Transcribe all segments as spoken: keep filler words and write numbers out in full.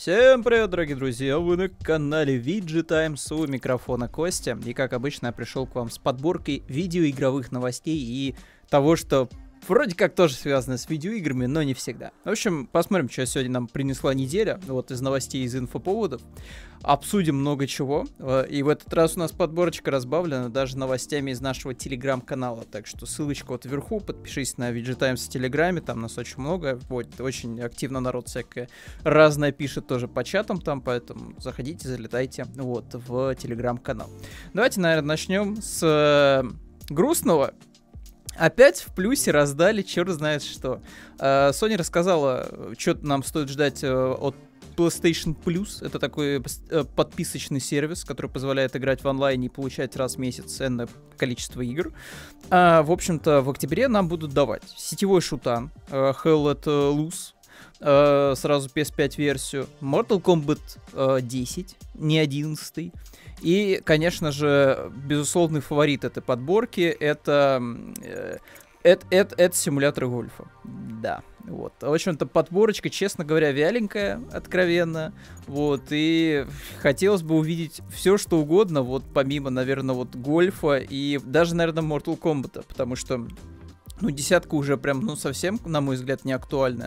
Всем привет, дорогие друзья, вы на канале ви джи Times, у микрофона Костя, и как обычно я пришел к вам с подборкой видеоигровых новостей и того, что вроде как тоже связано с видеоиграми, но не всегда. В общем, посмотрим, что сегодня нам принесла неделя, вот из новостей, из инфоповодов. Обсудим много чего, и в этот раз у нас подборочка разбавлена даже новостями из нашего телеграм-канала, так что ссылочка вот вверху, подпишись на ви джи Times в телеграме, там нас очень много, вот, очень активно народ всякое разное пишет тоже по чатам там, поэтому заходите, залетайте вот в телеграм-канал. Давайте, наверное, начнем с э, грустного. Опять в плюсе раздали черт знает что. Uh, Sony рассказала, что нам стоит ждать uh, от PlayStation Plus. Это такой uh, подписочный сервис, который позволяет играть в онлайне и получать раз в месяц ценное количество игр. Uh, в общем-то, в октябре нам будут давать сетевой шутан, uh, Hell Let Loose, uh, сразу пи эс пять версию, Mortal Kombat uh, десять, не одиннадцать. И, конечно же, безусловный фаворит этой подборки — это, э, это, это, это симулятор гольфа. Да, вот. В общем-то, подборочка, честно говоря, вяленькая, откровенно. Вот, и хотелось бы увидеть все, что угодно, вот, помимо, наверное, вот гольфа и даже, наверное, Mortal Kombat, потому что... Ну, десятка уже прям, ну, совсем, на мой взгляд, не актуальна.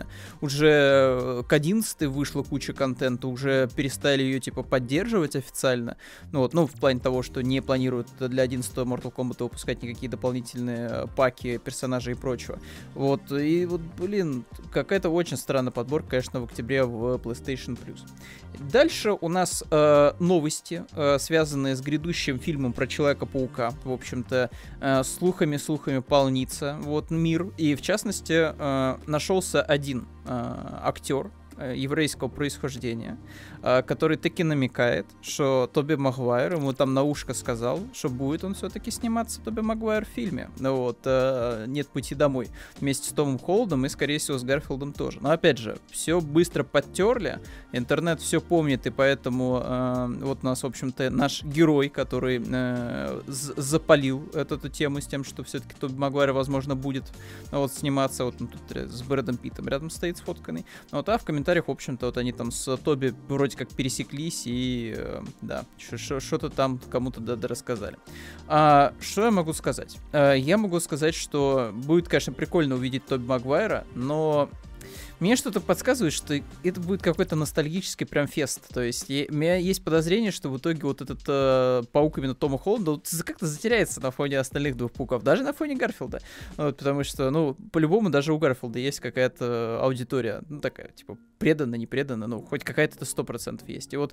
Уже к одиннадцатой вышла куча контента, уже перестали ее, типа, поддерживать официально. Ну, вот, ну, в плане того, что не планируют для одиннадцатого Mortal Kombat выпускать никакие дополнительные паки, персонажей и прочего. Вот, и вот, блин, какая-то очень странная подборка, конечно, в октябре в PlayStation Plus. Дальше у нас э, новости, э, связанные с грядущим фильмом про Человека-паука. В общем-то, э, слухами-слухами полнится вот мир. И, в частности, э, нашелся один э, актер э, еврейского происхождения, э, который таки намекает, что Тоби Магуайр ему там на ушко сказал, что будет он все-таки сниматься, Тоби Магуайр, в фильме. Ну вот, э, «Нет пути домой», вместе с Томом Холландом и, скорее всего, с Гарфилдом тоже. Но, опять же, все быстро подтерли, интернет все помнит, и поэтому э, вот у нас, в общем-то, наш герой, который э, запалил эту, эту тему с тем, что все-таки Тоби Магуайр, возможно, будет вот сниматься, вот ну, тут с Брэдом Питтом рядом стоит сфотканный. Вот, а в комментариях, в общем-то, вот они там с Тоби вроде как пересеклись и, э, да, что-то там кому-то да, да рассказали. А, что я могу сказать? А, я могу сказать, что будет, конечно, прикольно увидеть Тоби Магуайра, но... Мне что-то подсказывает, что это будет какой-то ностальгический прям фест. То есть я, у меня есть подозрение, что в итоге вот этот э, паук именно Тома Холланда вот, как-то затеряется на фоне остальных двух пауков. Даже на фоне Гарфилда. Вот, потому что, ну, по-любому даже у Гарфилда есть какая-то аудитория. Ну, такая, типа, предана, не предана. Ну, хоть какая-то сто процентов есть. И вот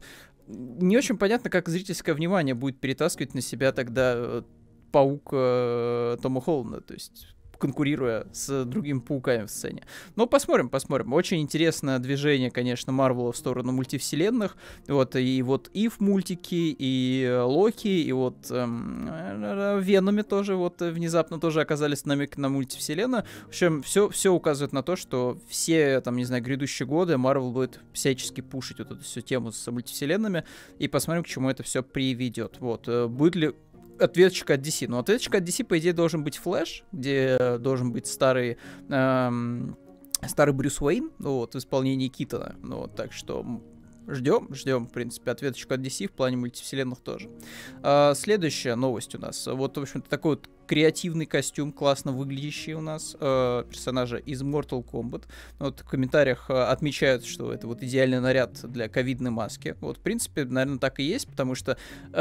не очень понятно, как зрительское внимание будет перетаскивать на себя тогда э, паук э, Тома Холланда. То есть... конкурируя с другими пауками в сцене. Но посмотрим, посмотрим. Очень интересное движение, конечно, Марвела в сторону мультивселенных. Вот, и вот Ив мультики, и Локи, и вот эм, Веноме тоже вот внезапно тоже оказались намеки на мультивселенную. В общем, все, все указывает на то, что все, там, не знаю, грядущие годы Марвел будет всячески пушить вот эту всю тему с мультивселенными, и посмотрим, к чему это все приведет. Вот, будет ли ответочка от ди си. Ну, ответочка от ди си, по идее, должен быть Флэш, где должен быть старый, эм, старый Брюс Уэйн, ну, вот, в исполнении Китона. Ну, вот, так что ждем, ждем, в принципе, ответочку от ди си в плане мультивселенных тоже. А, следующая новость у нас. Вот, в общем-то, такой вот креативный костюм, классно выглядящий у нас, э, персонажа из Mortal Kombat. Вот в комментариях э, отмечают, что это вот идеальный наряд для ковидной маски. Вот, в принципе, наверное, так и есть, потому что,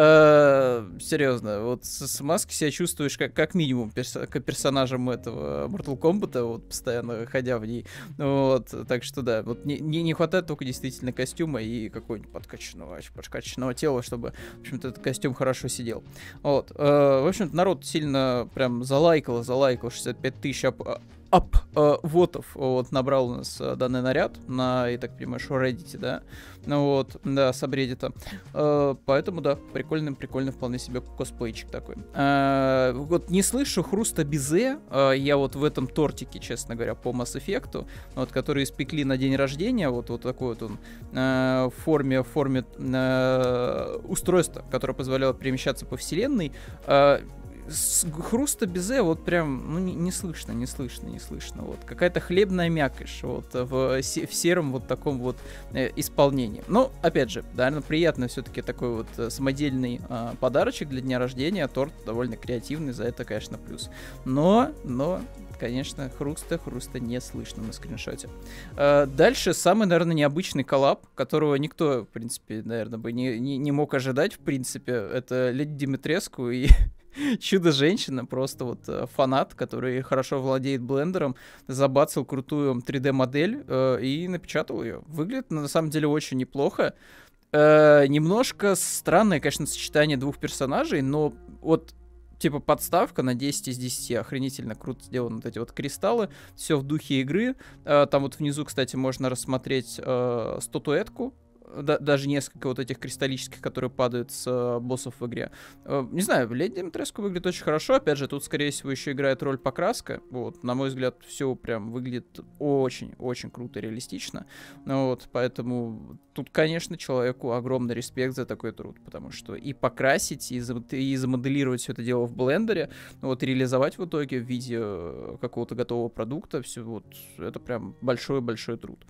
э, серьезно, вот с, с маски себя чувствуешь как, как минимум перс- как персонажем этого Mortal Kombat, вот, постоянно ходя в ней. Вот, так что, да, вот не, не, не хватает только действительно костюма и какого-нибудь подкачанного, подкачанного тела, чтобы, в общем-то, этот костюм хорошо сидел. Вот, э, в общем-то, народ сильно прям залайкал, залайкал шестьдесят пять тысяч ап, ап э, вотов вот, набрал у нас э, данный наряд на, я так понимаю, что Reddit, да, ну вот, да, с Reddit. Э, поэтому, да, прикольный, прикольный вполне себе косплейчик такой. Э, вот не слышу хруста безе, э, я вот в этом тортике, честно говоря, по Mass Effect, вот, который испекли на день рождения, вот, вот такой вот он, э, в форме, в форме э, устройства, которое позволяло перемещаться по вселенной. э, с- хруста безе вот прям, ну, не, не слышно, не слышно, не слышно. Вот какая-то хлебная мякиш вот в, се- в сером вот таком вот э, исполнении. Но, опять же, наверное, приятно все-таки такой вот э, самодельный э, подарочек для дня рождения. Торт довольно креативный, за это, конечно, плюс. Но, но, конечно, хруста, хруста не слышно на скриншоте. Э, дальше самый, наверное, необычный коллаб, которого никто, в принципе, наверное, бы не, не, не мог ожидать, в принципе. Это Леди Димитреску и Чудо-женщина, просто вот э, фанат, который хорошо владеет блендером, забацал крутую три дэ-модель э, и напечатал ее. Выглядит, на самом деле, очень неплохо. Э, немножко странное, конечно, сочетание двух персонажей, но вот типа подставка на десять из десяти, охренительно круто сделаны вот эти вот кристаллы, все в духе игры. Э, там вот внизу, кстати, можно рассмотреть э, статуэтку, да, даже несколько вот этих кристаллических, которые падают с э, боссов в игре. Э, не знаю, Леди Димитреску выглядит очень хорошо. Опять же, тут, скорее всего, еще играет роль покраска. Вот, на мой взгляд, все прям выглядит очень-очень круто и реалистично. Ну, вот, поэтому тут, конечно, человеку огромный респект за такой труд, потому что и покрасить, и, за, и замоделировать все это дело в блендере, вот, и реализовать в итоге в виде какого-то готового продукта, все вот, это прям большой-большой труд.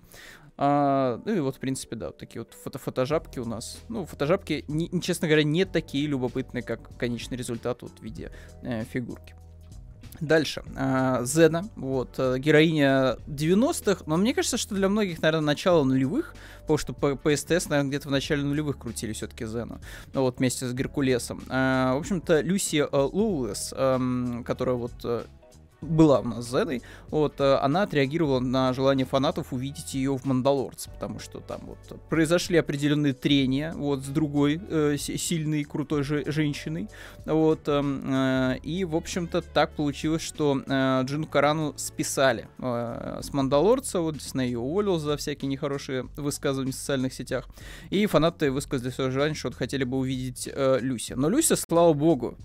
А, ну и вот, в принципе, да, вот такие вот фото фотожабки у нас. Ну, фотожабки, не, честно говоря, не такие любопытные, как конечный результат вот в виде э, фигурки. Дальше. А, Зена, вот, героиня девяностых, но мне кажется, что для многих, наверное, начало нулевых, потому что по, по СТС, наверное, где-то в начале нулевых крутили все-таки Зену, ну, вот, вместе с Геркулесом. А, в общем-то, Люси а, Лоулес, а, которая вот... была у нас Зеной, вот, она отреагировала на желание фанатов увидеть ее в Мандалорце, потому что там вот произошли определенные трения вот с другой э, сильной, крутой же женщиной, вот, э, и, в общем-то, так получилось, что э, Джину Карану списали э, с Мандалорца, вот, Дисней ее уволил за всякие нехорошие высказывания в социальных сетях, и фанаты высказали свое желание, что вот хотели бы увидеть э, Люси. Но Люся, слава богу,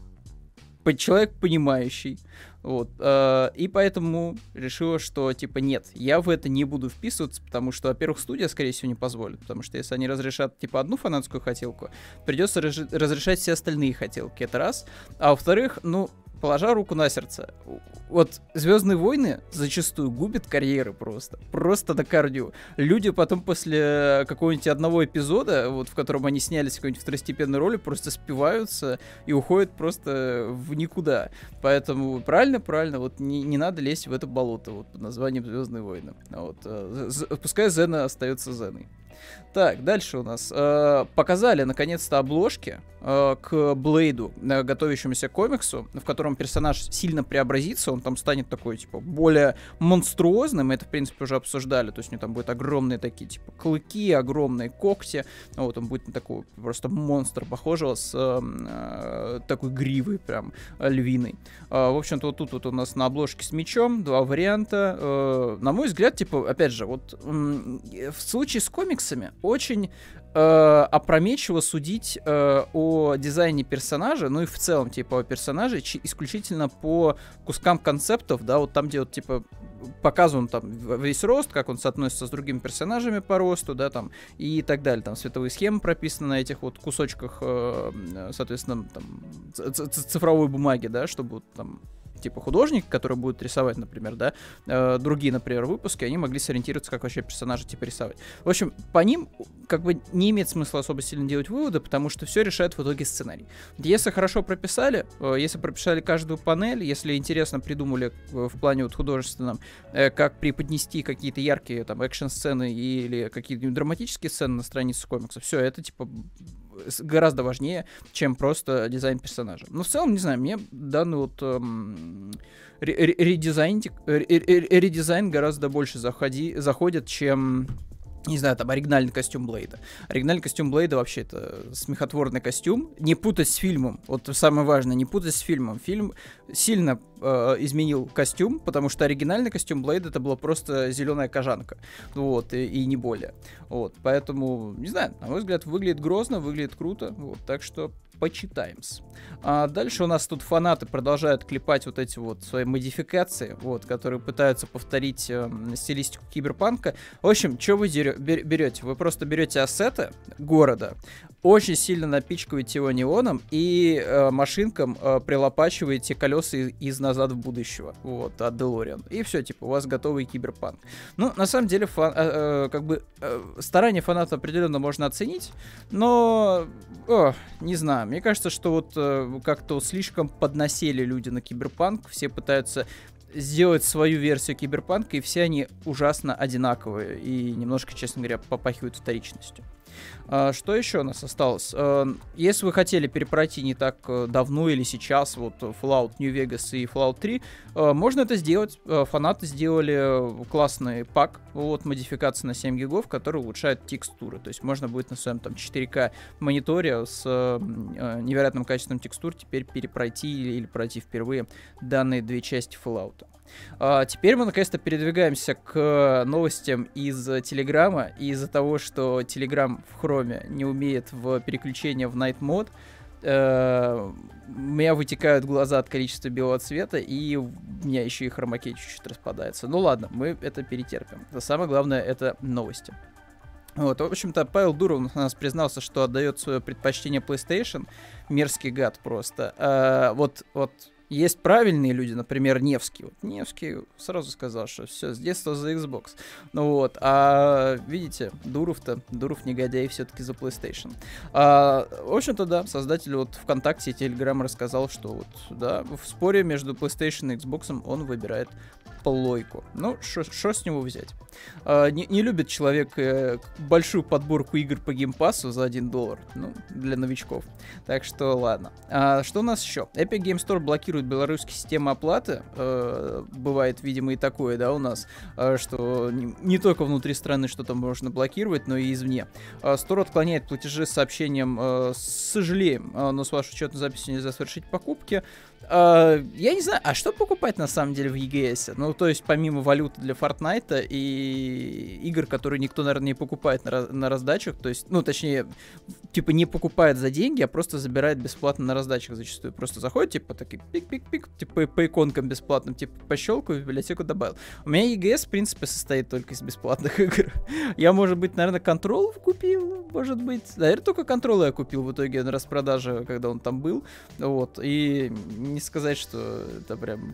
человек понимающий, вот, э, и поэтому решила, что, типа, нет, я в это не буду вписываться, потому что, во-первых, студия, скорее всего, не позволит, потому что если они разрешат, типа, одну фанатскую хотелку, придется разж- разрешать все остальные хотелки, это раз, а во-вторых, ну, положа руку на сердце, вот «Звездные войны» зачастую губят карьеры просто, просто на корню. Люди потом после какого-нибудь одного эпизода, вот в котором они снялись в какой-нибудь второстепенной роли, просто спиваются и уходят просто в никуда. Поэтому правильно, правильно, вот не, не надо лезть в это болото вот под названием «Звездные войны». Вот, э, пускай Зена остается Зеной. Так, дальше у нас. Э, показали, наконец-то, обложки э, к Блейду, э, готовящемуся комиксу, в котором персонаж сильно преобразится, он там станет такой, типа, более монструозным, мы это, в принципе, уже обсуждали, то есть у него там будут огромные такие, типа, клыки, огромные когти, вот, он будет на такого просто монстра, похожего с э, э, такой гривой прям львиной. Э, в общем-то, вот тут вот у нас на обложке с мечом два варианта. Э, на мой взгляд, типа, опять же, вот э, в случае с комиксами очень э, опрометчиво судить э, о дизайне персонажа, ну и в целом, типа, о персонаже ч- исключительно по кускам концептов, да, вот там, где вот, типа, показан там весь рост, как он соотносится с другими персонажами по росту, да, там, и так далее, там, световые схемы прописаны на этих вот кусочках, э, соответственно, там, ц- ц- цифровой бумаги, да, чтобы вот, там, типа художник, который будет рисовать, например, да, э, другие, например, выпуски, они могли сориентироваться, как вообще персонажа типа рисовать. В общем, по ним как бы не имеет смысла особо сильно делать выводы, потому что все решает в итоге сценарий. Если хорошо прописали, э, если прописали каждую панель, если интересно придумали э, в плане вот художественном, э, как преподнести какие-то яркие там экшн-сцены или какие-то драматические сцены на странице комикса, все, это типа гораздо важнее, чем просто дизайн персонажа. Но в целом, не знаю, мне данный вот эм, редизайн, редизайн гораздо больше заходи, заходит, чем, не знаю, там, оригинальный костюм Блейда. Оригинальный костюм Блейда вообще это смехотворный костюм. Не путать с фильмом. Вот самое важное, не путать с фильмом. Фильм сильно э, изменил костюм, потому что оригинальный костюм Блейда это была просто зеленая кожанка. Вот, и, и не более. Вот, поэтому, не знаю, на мой взгляд, выглядит грозно, выглядит круто. Вот, так что почитаем-с. А дальше у нас тут фанаты продолжают клепать вот эти вот свои модификации, вот, которые пытаются повторить э, стилистику киберпанка. В общем, что вы берете? Вы просто берете ассеты города, очень сильно напичкиваете его неоном и э, машинкам э, прилопачиваете колеса из, из «Назад в будущего», вот, от DeLorean. И все, типа, у вас готовый киберпанк. Ну, на самом деле, фан, э, э, как бы, э, старания фаната определенно можно оценить, но, о, не знаю, мне кажется, что вот э, как-то слишком поднасели люди на киберпанк, все пытаются сделать свою версию киберпанка, и все они ужасно одинаковые и немножко, честно говоря, попахивают вторичностью. А, что еще у нас осталось? А, если вы хотели перепройти не так давно или сейчас вот Fallout New Vegas и Fallout три, а, можно это сделать. А, фанаты сделали классный пак, вот, модификации на семь гигов, который улучшает текстуры. То есть можно будет на своем там четыре ка мониторе с а, невероятным качеством текстур теперь перепройти или, или пройти впервые данные две части Fallout. А, теперь мы наконец-то передвигаемся к новостям из Телеграма. И из-за того, что Телеграм в Хроме не умеет в переключение в Night Mode, э, у меня вытекают глаза от количества белого цвета, и у меня еще и хромакей чуть-чуть распадается. Ну ладно, мы это перетерпим. Но самое главное — это новости. Вот, в общем-то, Павел Дуров у нас признался, что отдает свое предпочтение PlayStation. Мерзкий гад просто. А, вот, вот. Есть правильные люди, например, Невский. Вот Невский сразу сказал, что все, с детства за Xbox. Ну вот, а видите, Дуров-то, Дуров негодяй все-таки за PlayStation. А, в общем-то, да, создатель вот ВКонтакте и Telegram рассказал, что вот, да, в споре между PlayStation и Xbox он выбирает плойку. Ну, что с него взять? А, не, не любит человек э, большую подборку игр по геймпассу за один доллар. Ну, для новичков. Так что, ладно. А, что у нас еще? Epic Game Store блокирует белорусские системы оплаты. Э, бывает, видимо, и такое, да, у нас. Э, что не, не только внутри страны что-то можно блокировать, но и извне. Э, Store отклоняет платежи с сообщением э, «Сожалеем, э, но с вашей учетной записью нельзя совершить покупки». Uh, я не знаю, а что покупать на самом деле в и джи эс? Ну, то есть, помимо валюты для Fortnite и игр, которые никто, наверное, не покупает на, на раздачах, то есть, ну, точнее, типа, не покупает за деньги, а просто забирает бесплатно на раздачах зачастую. Просто заходит, типа, такие пик-пик-пик, типа, по иконкам бесплатным, типа, пощелкаю, в библиотеку добавил. У меня и джи эс, в принципе, состоит только из бесплатных игр. Я, может быть, наверное, Control купил, может быть. Наверное, только Control я купил в итоге на распродаже, когда он там был. Вот, и не сказать, что это прям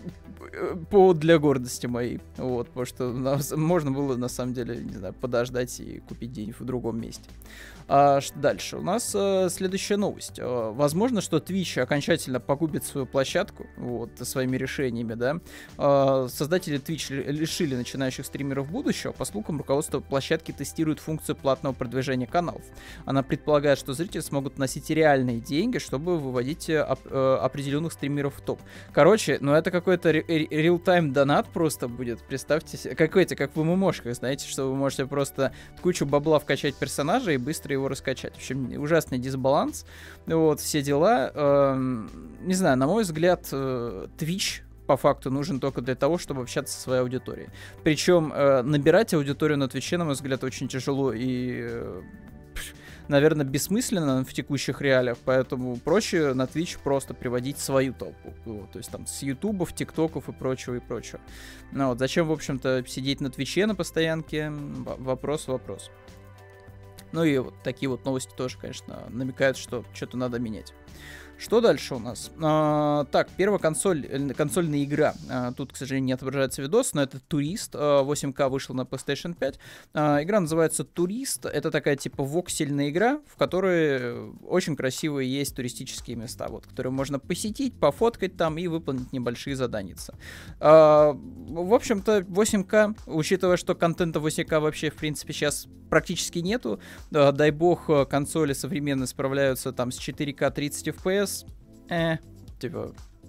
повод для гордости моей, вот, потому что нас, можно было, на самом деле, не знаю, подождать и купить денег в другом месте. А дальше у нас а, следующая новость. А, возможно, что Twitch окончательно погубит свою площадку, вот, своими решениями, да. А, создатели Twitch лишили начинающих стримеров будущего. По слухам, руководство площадки тестирует функцию платного продвижения каналов. Она предполагает, что зрители смогут носить реальные деньги, чтобы выводить а, а, определенных стримеров в топ. Короче, ну это какой-то реал-тайм донат просто будет, представьте себе. Как эти, как в ММОшках, знаете, что вы можете просто кучу бабла вкачать персонажа и быстро его раскачать. В общем, ужасный дисбаланс. Вот, все дела. Эм, не знаю, на мой взгляд, э, Twitch по факту нужен только для того, чтобы общаться со своей аудиторией. Причем э, набирать аудиторию на Твиче, на мой взгляд, очень тяжело и... Э, наверное, бессмысленно в текущих реалиях, поэтому проще на Twitch просто приводить свою толпу. Вот, то есть там с ютубов, тиктоков и прочего, и прочего. Ну вот, зачем, в общем-то, сидеть на Твиче на постоянке? Вопрос, вопрос. Ну и вот такие вот новости тоже, конечно, намекают, что что-то надо менять. Что дальше у нас? А, так, первая консоль, консольная игра. А, тут, к сожалению, не отображается видос, но это Турист. А, восемь ка вышел на PlayStation пять. А, игра называется Турист. Это такая типа воксельная игра, в которой очень красивые есть туристические места, вот, которые можно посетить, пофоткать там и выполнить небольшие заданицы. А, в общем-то, восемь ка, учитывая, что контента восемь ка вообще, в принципе, сейчас практически нету. А, дай бог, консоли современные справляются там с четыре ка тридцать эф пи эс. Э, типа,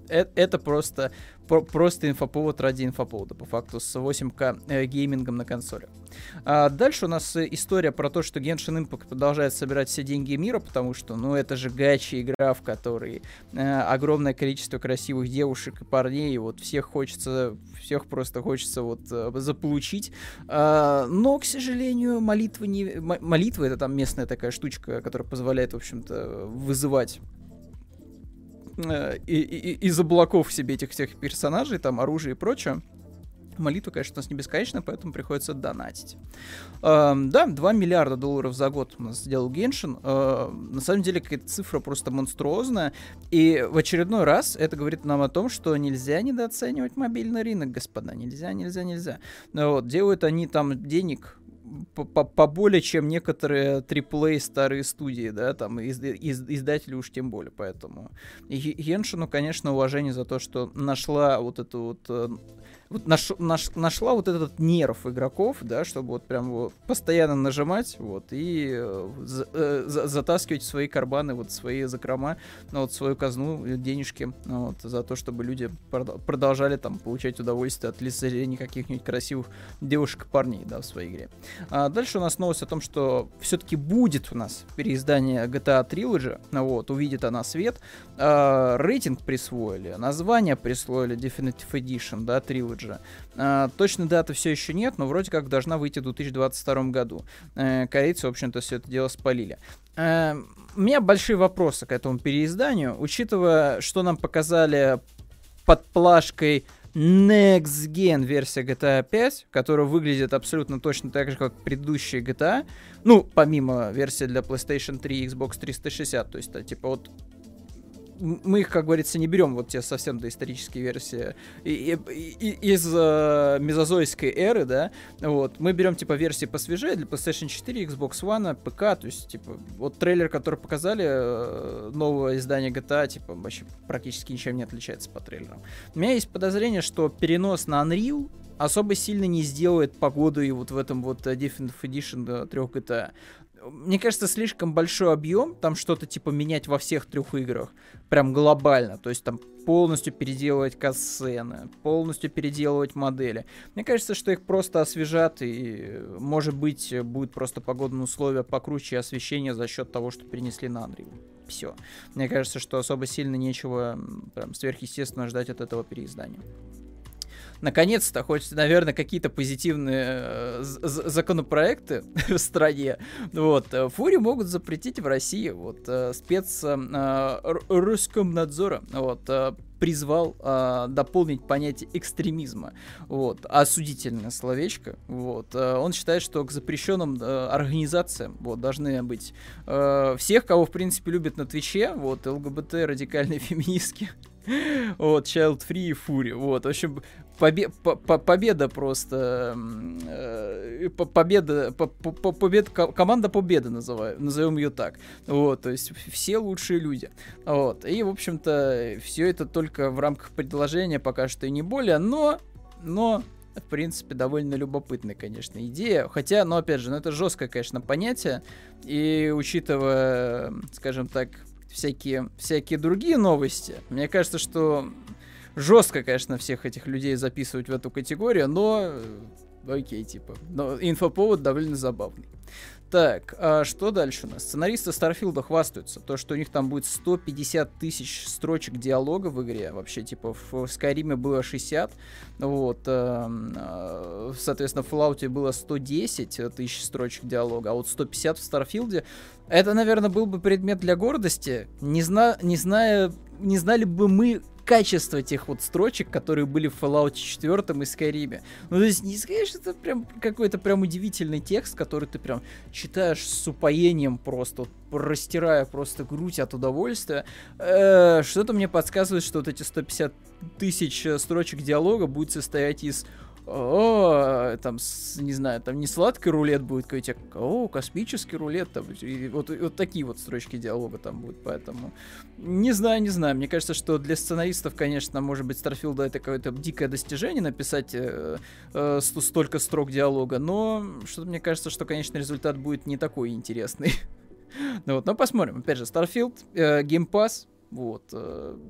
э, это просто, про, просто инфоповод ради инфоповода, по факту, с восемь ка э, геймингом на консоли. А дальше у нас история про то, что Genshin Impact продолжает собирать все деньги мира, потому что, ну, это же гачи игра, в которой э, огромное количество красивых девушек и парней, и вот всех хочется, всех просто хочется вот э, заполучить. А, но, к сожалению, молитва не... Молитва — это там местная такая штучка, которая позволяет, в общем-то, вызывать И, и, из облаков в себе этих всех персонажей, там, оружие и прочее. Молитва, конечно, у нас не бесконечна, поэтому приходится донатить. Uh, да, два миллиарда долларов за год у нас сделал Genshin. Uh, на самом деле, какая-то цифра просто монструозная. И в очередной раз это говорит нам о том, что нельзя недооценивать мобильный рынок, господа. Нельзя, нельзя, нельзя. Вот, делают они там денег поболее, чем некоторые триплей старые студии, да, там, из, из, издатели уж тем более, поэтому. И Геншину, конечно, уважение за то, что нашла вот эту вот... Вот наш, наш, нашла вот этот нерв игроков, да, чтобы вот прям вот постоянно нажимать, вот, и э, за, э, за, затаскивать в свои карманы, вот, свои закрома, ну, вот, свою казну, денежки, ну, вот, за то, чтобы люди продолжали там получать удовольствие от лицезрения каких-нибудь красивых девушек и парней, да, в своей игре. А дальше у нас новость о том, что все-таки будет у нас переиздание джи ти эй Trilogy, ну, вот, увидит она свет, а, рейтинг присвоили, название присвоили Definitive Edition, да, Trilogy. Uh, точной даты все еще нет, но вроде как должна выйти в две тысячи двадцать втором году. Uh, корейцы, в общем-то, все это дело спалили. Uh, у меня большие вопросы к этому переизданию, учитывая, что нам показали под плашкой Next Gen версия джи ти эй пять, которая выглядит абсолютно точно так же, как предыдущая джи ти эй. Ну, помимо версии для PlayStation три и Xbox триста шестьдесят, то есть, да, типа вот мы их, как говорится, не берем вот те совсем доисторические версии и, и, и, из э, мезозойской эры, да, вот, мы берем, типа, версии посвежее для PlayStation четыре, Xbox One, ПК, то есть, типа, вот трейлер, который показали, э, нового издания джи ти эй, типа, вообще практически ничем не отличается по трейлерам. У меня есть подозрение, что перенос на Unreal особо сильно не сделает погоду и вот в этом вот Definitive Edition трех джи ти эй. Мне кажется, слишком большой объем, там что-то типа менять во всех трех играх, прям глобально, то есть там полностью переделывать катсцены, полностью переделывать модели. Мне кажется, что их просто освежат, и, может быть, будет просто погодные условия покруче и освещение за счет того, что перенесли на Unreal. Все. Мне кажется, что особо сильно нечего прям сверхъестественно ждать от этого переиздания. Наконец-то, хоть, наверное, какие-то позитивные э, законопроекты в стране, вот, Фури могут запретить в России, вот, э, спец э, Роскомнадзора, вот, э, призвал э, дополнить понятие экстремизма, вот, осудительное словечко, вот, э, он считает, что к запрещенным э, организациям, вот, должны быть э, всех, кого, в принципе, любят на Твиче, вот, ЛГБТ, радикальные феминистки, вот, Child Free и Фури, вот, в общем, побе- по- по- победа просто, э, по- победа, по- по- побед- команда победы называю, назовем ее так, вот, то есть все лучшие люди, вот, и, в общем-то, все это только в рамках предложения, пока что и не более, но, но, в принципе, довольно любопытная, конечно, идея, хотя, ну, опять же, ну, это жесткое, конечно, понятие, и, учитывая, скажем так, всякие, всякие другие новости, мне кажется, что жестко, конечно, всех этих людей записывать в эту категорию, но окей, типа, но инфоповод довольно забавный. Так, а что дальше у нас? Сценаристы Старфилда хвастаются, то, что у них там будет сто пятьдесят тысяч строчек диалога в игре, вообще, типа, в Скайриме было шестьдесят, вот, э, соответственно, в Fallout было сто десять тысяч строчек диалога, а вот сто пятьдесят в Старфилде, это, наверное, был бы предмет для гордости, не, зна не зная, не знали бы мы качество тех вот строчек, которые были в Fallout четыре и Skyrim. Ну, то есть, не сказать, что это прям какой-то прям удивительный текст, который ты прям читаешь с упоением просто, вот, растирая просто грудь от удовольствия. Э-э, что-то мне подсказывает, что вот эти сто пятьдесят тысяч строчек диалога будет состоять из о, там, с, не знаю, там не сладкий рулет будет какой-то, о, космический рулет, там, и вот, и вот такие вот строчки диалога там будут, поэтому, не знаю, не знаю, мне кажется, что для сценаристов, конечно, может быть, Старфилда это какое-то дикое достижение написать э, э, столько строк диалога, но что-то мне кажется, что, конечно, результат будет не такой интересный. Ну вот, но посмотрим, опять же, Starfield, э, Game Pass, вот, э,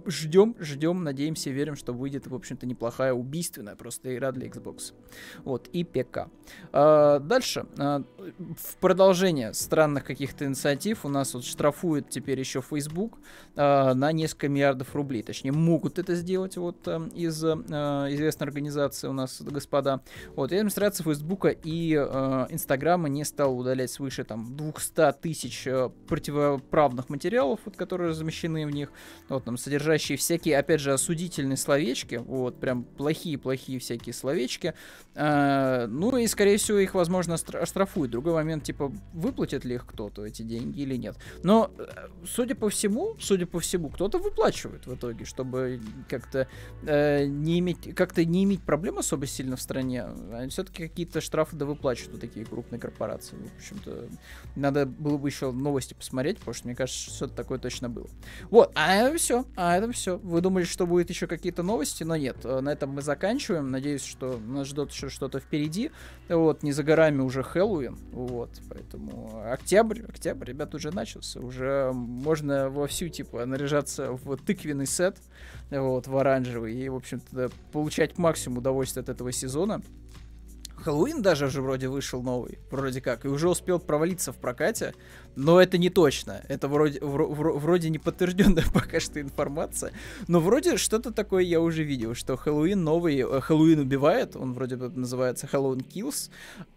ждем, ждем, надеемся, верим, что выйдет, в общем-то, неплохая, убийственная просто игра для Xbox. Вот, и ПК. А, дальше. А, в продолжение странных каких-то инициатив у нас вот штрафуют теперь еще Facebook а, на несколько миллиардов рублей. Точнее, могут это сделать вот а, из а, известной организации у нас, господа. Вот, и администрация Фейсбука и а, Инстаграма не стала удалять свыше там двухсот тысяч а, противоправных материалов, вот, которые размещены в них, вот, там, содержащие всякие, опять же, осудительные словечки, вот, прям плохие-плохие всякие словечки. А, ну и, скорее всего, их, возможно, оштрафуют. Другой момент, типа, выплатит ли их кто-то эти деньги или нет. Но, судя по всему, судя по всему, кто-то выплачивает в итоге, чтобы как-то э, не иметь, как-то не иметь проблем особо сильно в стране. Все-таки какие-то штрафы да выплачивают вот такие крупные корпорации. В общем-то, надо было бы еще новости посмотреть, потому что, мне кажется, что-то такое точно было. Вот, а это все, а это все. Вы думали, что будет еще какие-то новости, но нет. На этом мы заканчиваем. Надеюсь, что нас ждет еще что-то впереди. Вот, не за горами уже Хэллоуин. Вот, поэтому октябрь, октябрь, ребят, уже начался. Уже можно вовсю, типа, наряжаться в тыквенный сет, вот, в оранжевый, и, в общем-то, получать максимум удовольствия от этого сезона. Хэллоуин даже уже вроде вышел новый, вроде как, и уже успел провалиться в прокате, но это не точно, это вроде, вро, вро, вроде не подтвержденная пока что информация, но вроде что-то такое я уже видел, что Хэллоуин новый, Хэллоуин убивает, он вроде бы называется Halloween Kills,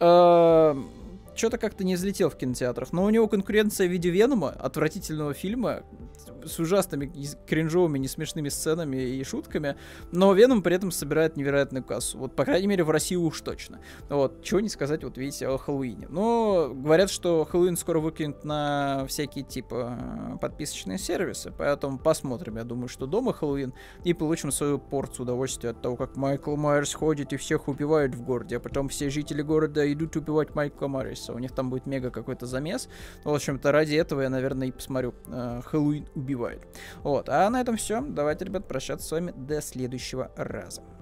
что-то как-то не взлетел в кинотеатрах, но у него конкуренция в виде Венома, отвратительного фильма, с ужасными, кринжовыми, несмешными сценами и шутками, но Веном при этом собирает невероятную кассу. Вот, по крайней мере, в России уж точно. Вот, чего не сказать, вот видите, о Хэллоуине. Но говорят, что Хэллоуин скоро выкинут на всякие, типа, подписочные сервисы, поэтому посмотрим, я думаю, что дома Хэллоуин, и получим свою порцию удовольствия от того, как Майкл Майерс ходит и всех убивает в городе, а потом все жители города идут убивать Майкла Майерса. У них там будет мега какой-то замес. В общем-то, ради этого я, наверное, и посмотрю Хэллоуин убивает. Вот, а на этом все. Давайте, ребят, прощаться с вами до следующего раза.